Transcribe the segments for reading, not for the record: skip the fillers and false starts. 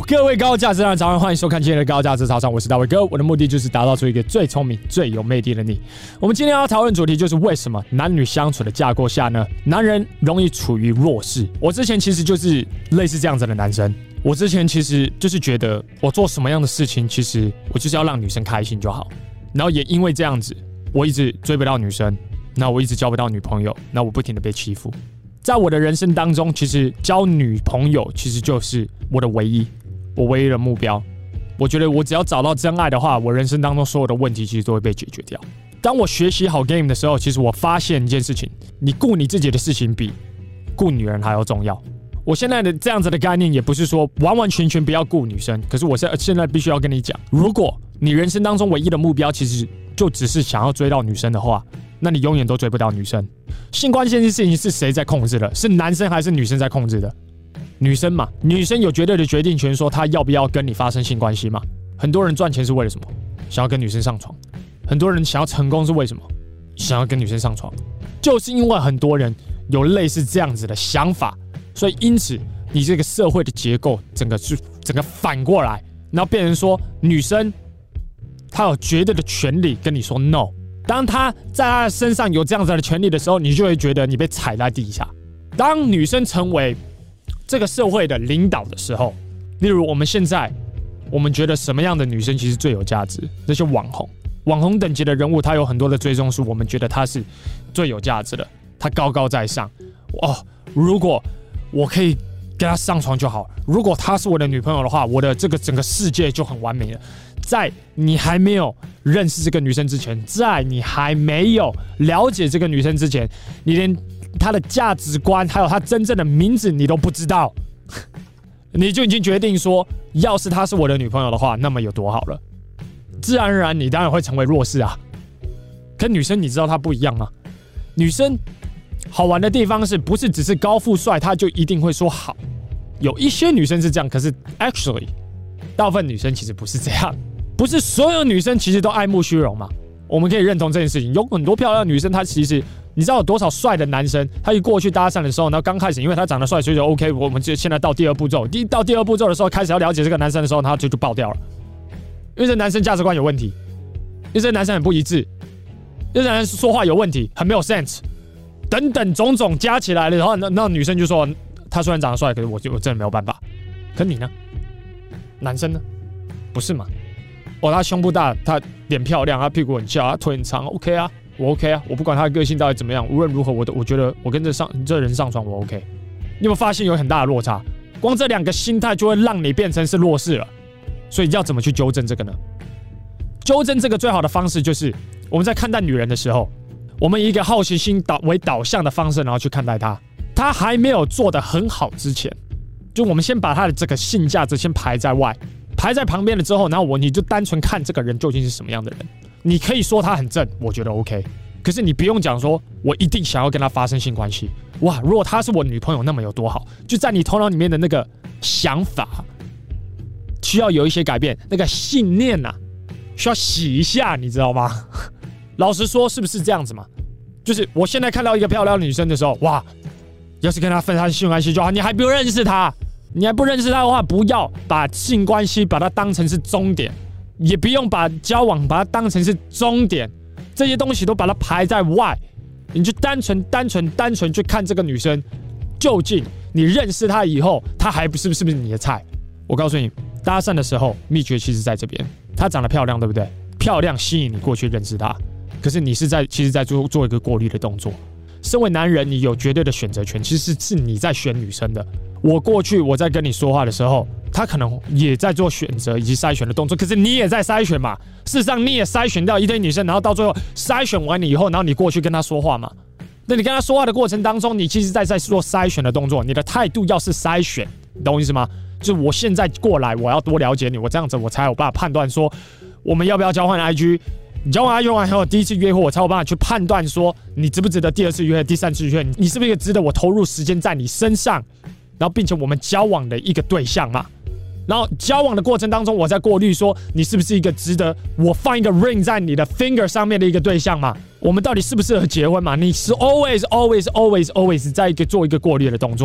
各位高价值的早上，欢迎收看今天的高价值早上，我是大卫哥。我的目的就是打造出一个最聪明、最有魅力的你。我们今天要讨论主题就是为什么男女相处的架构下呢，男人容易处于弱势。我之前其实就是类似这样子的男生。我之前其实就是觉得我做什么样的事情，其实我就是要让女生开心就好。然后也因为这样子，我一直追不到女生，那我一直交不到女朋友，那我不停的被欺负。在我的人生当中，其实交女朋友其实就是我的唯一的目标。我觉得我只要找到真爱的话，我人生当中所有的问题其实都会被解决掉。当我学习好 game 的时候，其实我发现一件事情，你顾你自己的事情比顾女人还要重要。我现在的这样子的概念也不是说完完全全不要顾女生，可是我现在必须要跟你讲，如果你人生当中唯一的目标其实就只是想要追到女生的话，那你永远都追不到女生。性关系这件事情是谁在控制的？是男生还是女生在控制的？女生嘛，女生有绝对的决定权，说她要不要跟你发生性关系嘛。很多人赚钱是为了什么？想要跟女生上床。很多人想要成功是为什么？想要跟女生上床。就是因为很多人有类似这样子的想法，所以因此你这个社会的结构整个反过来，然后变成说女生她有绝对的权利跟你说 no。当她在她的身上有这样子的权利的时候，你就会觉得你被踩在地下。当女生成为这个社会的领导的时候，例如我们现在，我们觉得什么样的女生其实最有价值？这些网红等级的人物，他有很多的追踪数，我们觉得他是最有价值的，他高高在上。哦，如果我可以跟他上床就好，如果她是我的女朋友的话，我的这个整个世界就很完美了。在你还没有认识这个女生之前，在你还没有了解这个女生之前，你连她的价值观还有她真正的名字你都不知道，你就已经决定说，要是她是我的女朋友的话，那么有多好了。自然而然你当然会成为弱势啊。跟女生你知道她不一样吗？女生好玩的地方是不是只是高富帅她就一定会说好？有一些女生是这样，可是 actually 大部分女生其实不是这样。不是所有女生其实都爱慕虚荣嘛？我们可以认同这件事情。有很多漂亮的女生，她其实你知道有多少帅的男生，他一过去搭讪的时候，然后刚开始因为他长得帅，所以就 OK。我们就现在到第二步骤，到第二步骤的时候，开始要了解这个男生的时候，他就爆掉了，因为这男生价值观有问题，因为这男生很不一致，因为这男生说话有问题，很没有 sense， 等等种种加起来了，然后那女生就说，他虽然长得帅，可是我真的没有办法。可你呢？男生呢？不是嘛？哦，他胸部大，他脸漂亮，他屁股很翘，他腿很长 ，OK 啊，我 OK 啊，我不管他的个性到底怎么样，无论如何，我觉得我跟这人上床，我 OK。你有没有发现有很大的落差？光这两个心态就会让你变成是弱势了。所以要怎么去纠正这个呢？纠正这个最好的方式就是我们在看待女人的时候，我们以一个好奇心为导向的方式，然后去看待她。她还没有做得很好之前，就我们先把她的这个性价值先排在外。排在旁边了之后，然后你就单纯看这个人究竟是什么样的人。你可以说他很正，我觉得 OK， 可是你不用讲说我一定想要跟他发生性关系。哇，如果她是我女朋友，那么有多好？就在你头脑里面的那个想法需要有一些改变，那个信念啊，需要洗一下，你知道吗？老实说，是不是这样子嘛？就是我现在看到一个漂亮的女生的时候，哇，要是跟她分享性关系就好，你还不认识她。你还不认识他的话，不要把性关系把它当成是终点，也不用把交往把它当成是终点，这些东西都把它排在外。你就单纯去看这个女生，究竟你认识她以后，她还是不是你的菜？我告诉你，搭讪的时候秘诀其实在这边。她长得漂亮，对不对？漂亮吸引你过去认识她，可是你其实在做一个过滤的动作。身为男人，你有绝对的选择权，其实是你在选女生的。我过去我在跟你说话的时候，他可能也在做选择以及筛选的动作，可是你也在筛选嘛。事实上，你也筛选掉一堆女生，然后到最后筛选完你以后，然后你过去跟他说话嘛。那你跟他说话的过程当中，你其实在做筛选的动作，你的态度要是筛选，你懂我意思吗？就是我现在过来，我要多了解你，我这样子我才有办法判断说我们要不要交换 IG。你交换 IG 完后，第一次约会我才有办法去判断说你值不值得第二次约会、第三次约会，你是不是一个值得我投入时间在你身上，然后并且我们交往的一个对象嘛。然后交往的过程当中，我在过滤说你是不是一个值得我放一个 ring 在你的 finger 上面的一个对象嘛？我们到底适不适合结婚嘛？你是 always 在做一个过滤的动作。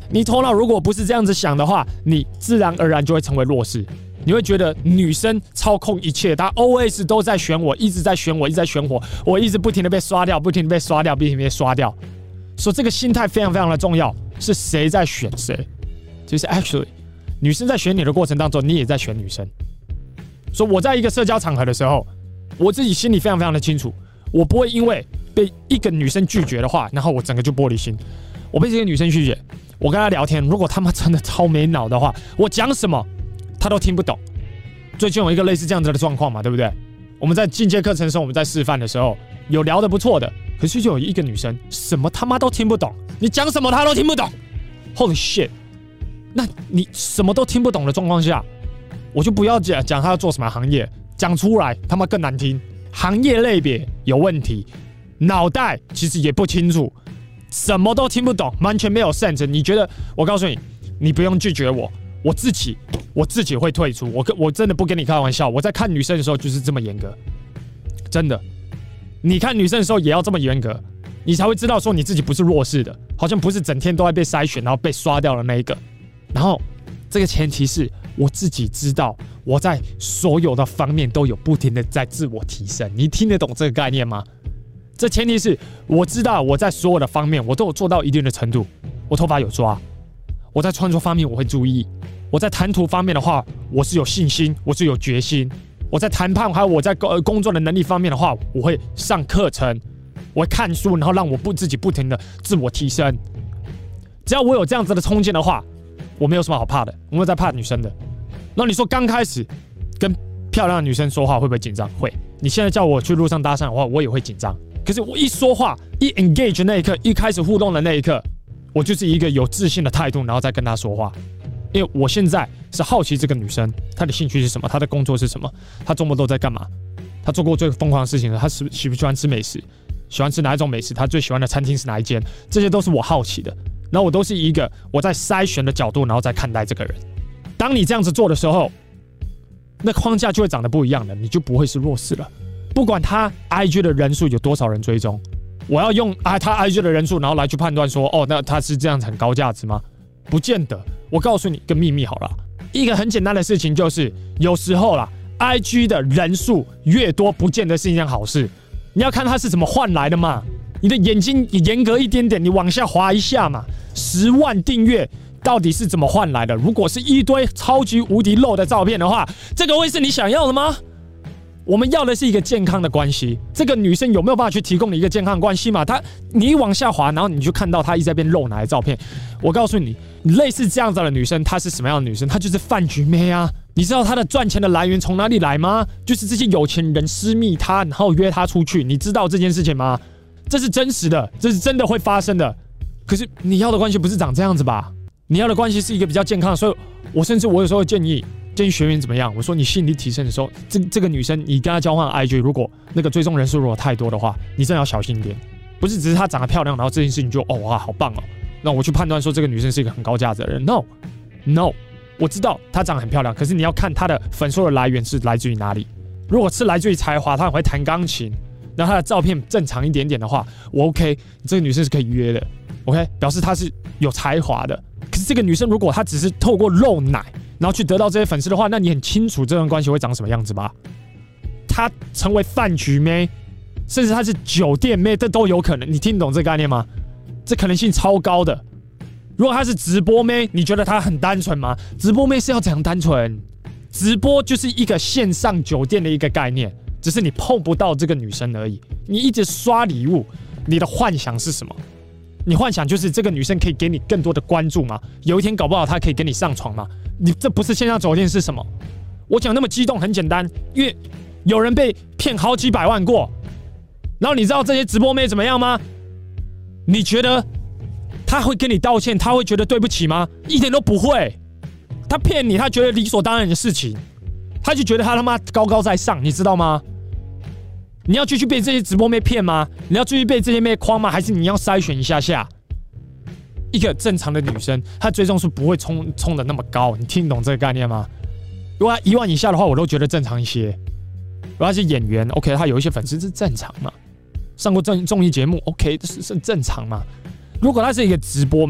你头脑如果不是这样子想的话，你自然而然就会成为弱势。你会觉得女生操控一切，她 always 都在选我，一直在选我，一直在选我，我一直不停的被刷掉，不停的被刷掉，不停的被刷掉。所以这个心态非常非常的重要，是谁在选谁？就是 actually 女生在选你的过程当中，你也在选女生。所以我在一个社交场合的时候，我自己心里非常非常的清楚，我不会因为被一个女生拒绝的话，然后我整个就玻璃心。我被这个女生拒绝，我跟她聊天，如果他妈真的超没脑的话，我讲什么她都听不懂。最近有一个类似这样子的状况嘛，对不对？我们在进阶课程的时候，我们在示范的时候有聊得不错的，可是就有一个女生什么他妈都听不懂，你讲什么她都听不懂。Holy shit！ 那你什么都听不懂的状况下，我就不要讲她要做什么行业，讲出来他妈更难听。行业类别有问题，脑袋其实也不清楚，什么都听不懂，完全没有 sense。你觉得？我告诉你，你不用拒绝我，我自己会退出。我真的不跟你开玩笑，我在看女生的时候就是这么严格，真的。你看女生的时候也要这么严格，你才会知道说你自己不是弱势的，好像不是整天都在被筛选然后被刷掉的那一个。然后这个前提是我自己知道我在所有的方面都有不停的在自我提升，你听得懂这个概念吗？这前提是我知道我在所有的方面我都有做到一定的程度，我头发有抓，我在创作方面我会注意，我在谈吐方面的话我是有信心，我是有决心，我在谈判还有我在工作的能力方面的话，我会上课程，我会看书，然后让我自己不停的自我提升。只要我有这样子的冲劲的话，我没有什么好怕的，我没有在怕女生的。那你说刚开始跟漂亮的女生说话会不会紧张？会。你现在叫我去路上搭讪的话，我也会紧张。可是我一说话，一 engage 那一刻，一开始互动的那一刻，我就是一个有自信的态度，然后再跟她说话。因为我现在是好奇这个女生，她的兴趣是什么，她的工作是什么，她周末都在干嘛，她做过最疯狂的事情，她喜不喜欢吃美食，喜欢吃哪一种美食，她最喜欢的餐厅是哪一间，这些都是我好奇的。然后我都是一个我在筛选的角度，然后再看待这个人。当你这样子做的时候，那框架就会长得不一样了，你就不会是弱势了。不管他 IG 的人数有多少人追踪，我要用他 IG 的人数，然后来去判断说，哦，那他是这样子很高价值吗？不见得。我告诉你一个秘密好了，一个很简单的事情就是，有时候啦 ，IG 的人数越多，不见得是一件好事。你要看他是怎么换来的嘛。你的眼睛严格一点点，你往下滑一下嘛。10万订阅到底是怎么换来的？如果是一堆超级无敌露的照片的话，这个会是你想要的吗？我们要的是一个健康的关系。这个女生有没有办法去提供你一个健康的关系嘛？你一往下滑，然后你就看到她一直在变露奶的照片。我告诉你，类似这样子的女生，她是什么样的女生？她就是饭局妹啊！你知道她的赚钱的来源从哪里来吗？就是这些有钱人私密她，然后约她出去。你知道这件事情吗？这是真实的，这是真的会发生的。可是你要的关系不是长这样子吧？你要的关系是一个比较健康的，所以我甚至有时候会建议学员怎么样？我说你心理提升的时候，这个女生你跟她交换 IG， 如果那个追踪人数如果太多的话，你真的要小心一点。不是只是她长得漂亮，然后这件事情就哇好棒哦，那我去判断说这个女生是一个很高价值的人。No， 我知道她长得很漂亮，可是你要看她的粉丝的来源是来自于哪里。如果是来自于才华，她很会弹钢琴。然后她的照片正常一点点的话，我 OK， 这个女生是可以约的 ，OK， 表示她是有才华的。可是这个女生如果她只是透过露奶，然后去得到这些粉丝的话，那你很清楚这段关系会长什么样子吧？她成为饭局妹，甚至她是酒店妹，这都有可能。你听懂这个概念吗？这可能性超高的。如果她是直播妹，你觉得她很单纯吗？直播妹是要怎样单纯？直播就是一个线上酒店的一个概念。只是你碰不到这个女生而已，你一直刷礼物，你的幻想是什么？你幻想就是这个女生可以给你更多的关注吗？有一天搞不好她可以跟你上床吗？你这不是线上酒店是什么？我讲那么激动很简单，因为有人被骗好几百万过，然后你知道这些直播妹怎么样吗？你觉得她会跟你道歉，她会觉得对不起吗？一点都不会，她骗你，她觉得理所当然的事情。他就觉得他他妈高高在上，你知道吗？你要继续被这些直播妹骗吗？你要继续被这些妹诓吗？还是你要筛选一下下？一个正常的女生，她追踪数不会冲的那么高，你听懂这个概念吗？如果她1万以下的话，我都觉得正常一些。如果她是演员 ，OK， 她有一些粉丝是正常嘛？上过综艺节目 ，OK， 这是正常嘛？如果她是一个直播妹，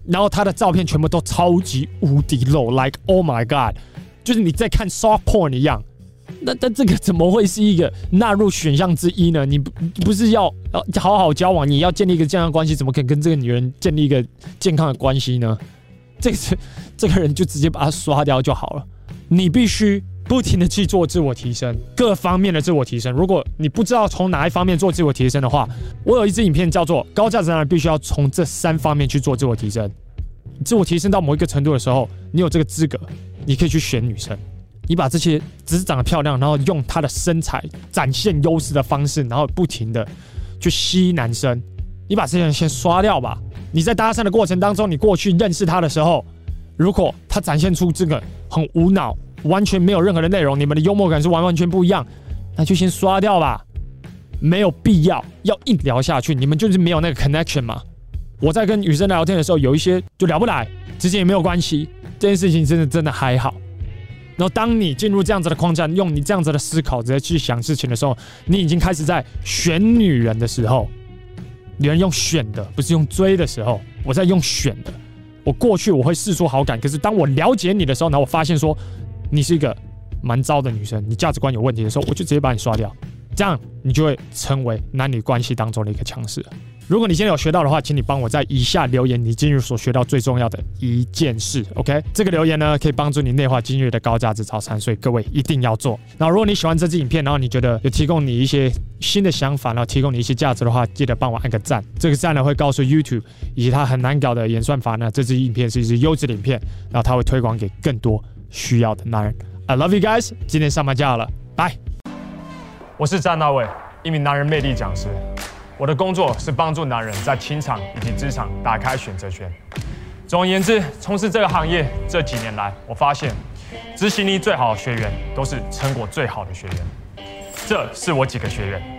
然后他的照片全部都超级无敌露 ，like oh my god， 就是你在看 soft porn 一样。那这个怎么会是一个纳入选项之一呢？你不是要好好交往，你要建立一个健康的关系，怎么可能跟这个女人建立一个健康的关系呢？这个人就直接把他刷掉就好了。你必须不停的去做自我提升，各方面的自我提升。如果你不知道从哪一方面做自我提升的话，我有一支影片叫做《高价值男人必须要从这3方面去做自我提升》。自我提升到某一个程度的时候，你有这个资格，你可以去选女生。你把这些只是长得漂亮，然后用她的身材展现优势的方式，然后不停的去吸男生，你把这些人先刷掉吧。你在搭讪的过程当中，你过去认识他的时候，如果他展现出这个很无脑，完全没有任何的内容，你们的幽默感是完全不一样，那就先刷掉吧，没有必要硬聊下去，你们就是没有那个 connection 嘛。我在跟女生聊天的时候，有一些就聊不来，之间也没有关系，这件事情真的还好。然后当你进入这样子的框架，用你这样子的思考直接去想事情的时候，你已经开始在选女人的时候，女人用选的，不是用追的时候，我在用选的。我过去我会释出好感，可是当我了解你的时候，然后我发现说你是一个蛮糟的女生，你价值观有问题的时候，我就直接把你刷掉，这样你就会成为男女关系当中的一个强势。如果你今天有学到的话，请你帮我在以下留言你今日所学到最重要的一件事 ，OK？ 这个留言呢可以帮助你内化今日的高价值早餐，所以各位一定要做。那如果你喜欢这支影片，然后你觉得有提供你一些新的想法，然后提供你一些价值的话，记得帮我按个赞。这个赞呢会告诉 YouTube 以及它很难搞的演算法呢，这支影片是一支优质的影片，然后它会推广给更多需要的男人。I love you guys， 今天上班假了，拜。我是詹大卫，一名男人魅力讲师。我的工作是帮助男人在情场以及职场打开选择权。总而言之，从事这个行业这几年来，我发现执行力最好的学员都是成果最好的学员。这是我几个学员。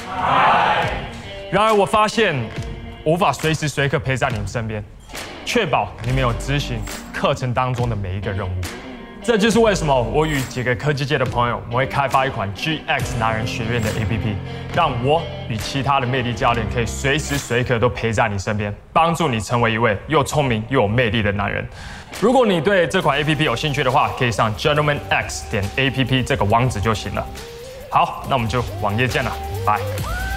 然而，我发现我无法随时随刻陪在你们身边，确保你们有执行课程当中的每一个任务。这就是为什么我与几个科技界的朋友，我们会开发一款 GX 男人学院的 APP， 让我与其他的魅力教练可以随时随刻都陪在你身边，帮助你成为一位又聪明又有魅力的男人。如果你对这款 APP 有兴趣的话，可以上 gentlemanx.app 这个网址就行了。好，那我们就网页见了，拜。